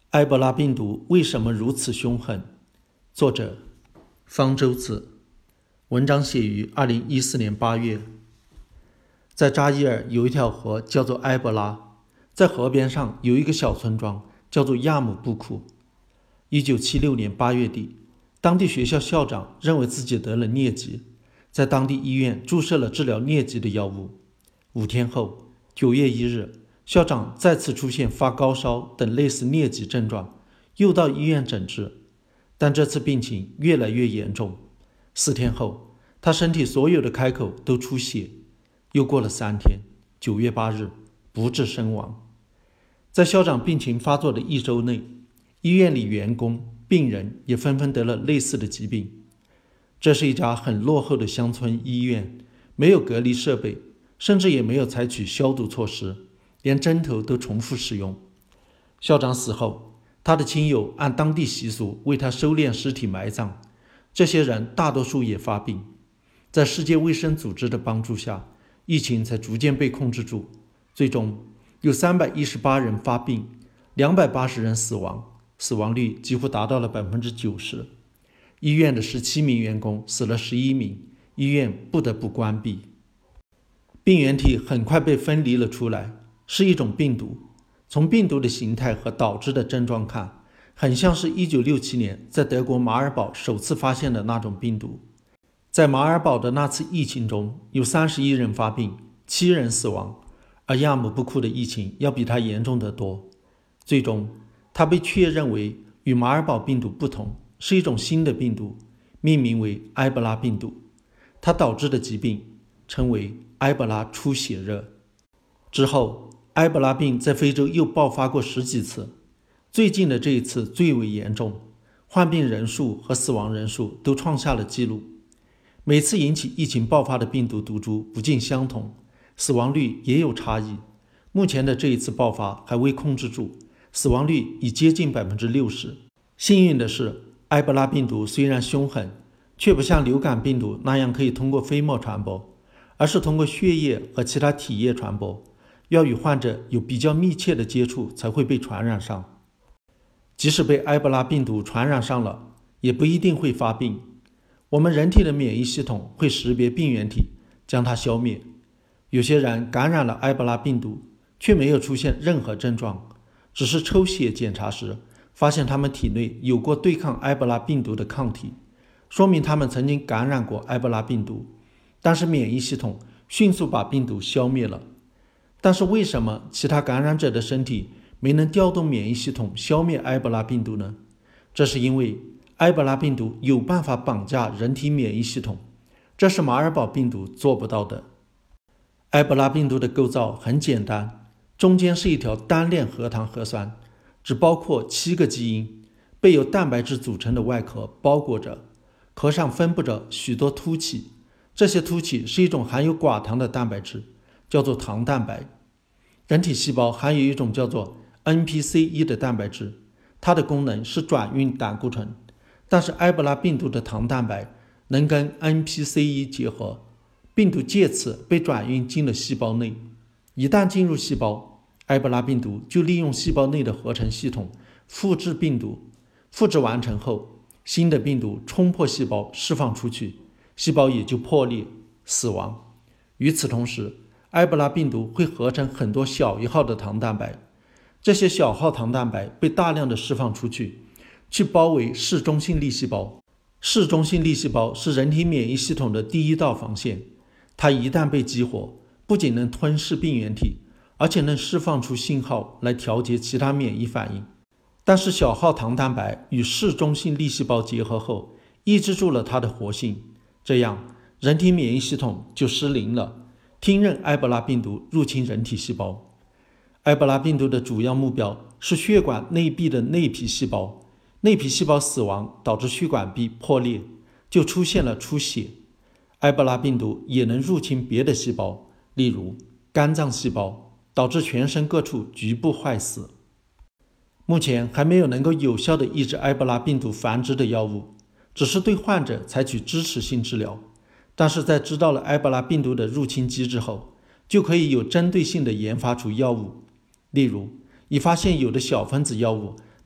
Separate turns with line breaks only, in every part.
埃博拉病毒为什么如此凶狠？作者方舟子。文章写于2014年8月。在扎伊尔有一条河叫做埃博拉，在河边上有一个小村庄叫做亚姆布库。1976年8月底，当地学校校长认为自己得了疟疾，在当地医院注射了治疗疟疾的药物。5天后，9月1日，校长再次出现发高烧等类似疟疾症状，又到医院诊治，但这次病情越来越严重。4天后，他身体所有的开口都出血。又过了3天，9月8日，不治身亡。在校长病情发作的1周内，医院里员工、病人也纷纷得了类似的疾病。这是一家很落后的乡村医院，没有隔离设备，甚至也没有采取消毒措施，连针头都重复使用。校长死后，他的亲友按当地习俗为他收敛尸体埋葬，这些人大多数也发病。在世界卫生组织的帮助下，疫情才逐渐被控制住，最终有318人发病，280人死亡，死亡率几乎达到了90%。医院的17名员工死了11名，医院不得不关闭。病原体很快被分离了出来，是一种病毒。从病毒的形态和导致的症状看，很像是1967年在德国马尔堡首次发现的那种病毒。在马尔堡的那次疫情中，有31人发病，7人死亡，而亚姆布库的疫情要比它严重得多。最终，它被确认为与马尔堡病毒不同，是一种新的病毒，命名为埃博拉病毒。它导致的疾病称为埃博拉出血热。之后，埃博拉病在非洲又爆发过10几次，最近的这一次最为严重，患病人数和死亡人数都创下了纪录。每次引起疫情爆发的病毒毒株不尽相同，死亡率也有差异。目前的这一次爆发还未控制住，死亡率已接近60%。幸运的是，埃博拉病毒虽然凶狠，却不像流感病毒那样可以通过飞沫传播，而是通过血液和其他体液传播，要与患者有比较密切的接触才会被传染上。即使被埃博拉病毒传染上了，也不一定会发病。我们人体的免疫系统会识别病原体，将它消灭。有些人感染了埃博拉病毒，却没有出现任何症状，只是抽血检查时发现他们体内有过对抗埃博拉病毒的抗体，说明他们曾经感染过埃博拉病毒，但是免疫系统迅速把病毒消灭了。但是为什么其他感染者的身体没能调动免疫系统消灭埃博拉病毒呢？这是因为埃博拉病毒有办法绑架人体免疫系统，这是马尔堡病毒做不到的。埃博拉病毒的构造很简单，中间是一条单链核糖核酸，只包括7个基因，被由蛋白质组成的外壳包裹着，壳上分布着许多突起，这些突起是一种含有寡糖的蛋白质，叫做糖蛋白。人体细胞含有一种叫做 NPC1 的蛋白质，它的功能是转运胆固醇，但是埃博拉病毒的糖蛋白能跟 NPC1 结合，病毒借此被转运进了细胞内。一旦进入细胞，埃博拉病毒就利用细胞内的合成系统复制病毒，复制完成后，新的病毒冲破细胞释放出去，细胞也就破裂死亡。与此同时，埃博拉病毒会合成很多小1号的糖蛋白，这些小号糖蛋白被大量的释放出去，去包围嗜中性粒细胞。嗜中性粒细胞是人体免疫系统的第一道防线，它一旦被激活，不仅能吞噬病原体，而且能释放出信号来调节其他免疫反应。但是小号糖蛋白与嗜中性粒细胞结合后，抑制住了它的活性，这样人体免疫系统就失灵了，听任埃博拉病毒入侵人体细胞。埃博拉病毒的主要目标是血管内壁的内皮细胞，内皮细胞死亡导致血管壁破裂，就出现了出血。埃博拉病毒也能入侵别的细胞，例如肝脏细胞，导致全身各处局部坏死。目前还没有能够有效地抑制埃博拉病毒繁殖的药物，只是对患者采取支持性治疗。但是在知道了埃博拉病毒的入侵机制后，就可以有针对性地研发出药物。例如，已发现有的小分子药物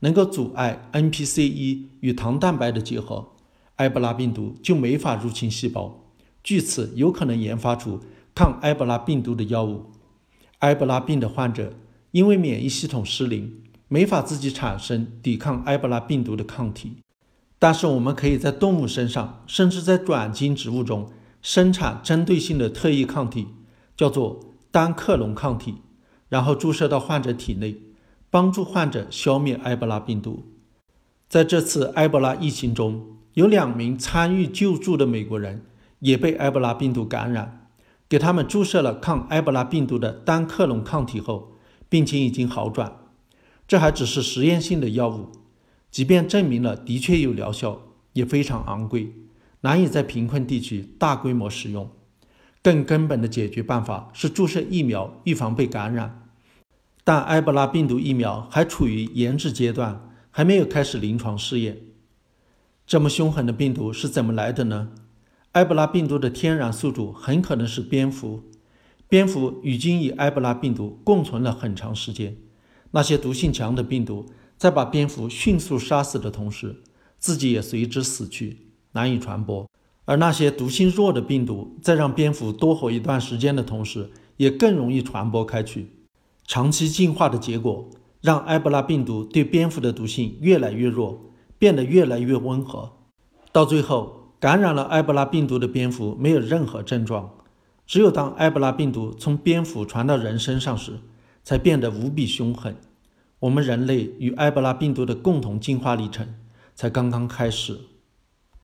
能够阻碍 NPC1 与糖蛋白的结合，埃博拉病毒就没法入侵细胞，据此有可能研发出抗埃博拉病毒的药物。埃博拉病的患者因为免疫系统失灵，没法自己产生抵抗埃博拉病毒的抗体，但是我们可以在动物身上，甚至在转基因植物中生产针对性的特异抗体，叫做单克隆抗体，然后注射到患者体内，帮助患者消灭埃博拉病毒。在这次埃博拉疫情中，有2名参与救助的美国人也被埃博拉病毒感染，给他们注射了抗埃博拉病毒的单克隆抗体后，病情已经好转。这还只是实验性的药物，即便证明了的确有疗效，也非常昂贵，难以在贫困地区大规模使用。更根本的解决办法是注射疫苗预防被感染，但埃博拉病毒疫苗还处于研制阶段，还没有开始临床试验。这么凶狠的病毒是怎么来的呢？埃博拉病毒的天然宿主很可能是蝙蝠。蝙蝠已经与埃博拉病毒共存了很长时间，那些毒性强的病毒在把蝙蝠迅速杀死的同时，自己也随之死去，难以传播。而那些毒性弱的病毒在让蝙蝠多活一段时间的同时，也更容易传播开去。长期进化的结果让埃博拉病毒对蝙蝠的毒性越来越弱，变得越来越温和，到最后感染了埃博拉病毒的蝙蝠没有任何症状，只有当埃博拉病毒从蝙蝠传到人身上时，才变得无比凶狠。我们人类与埃博拉病毒的共同进化历程才刚刚开始。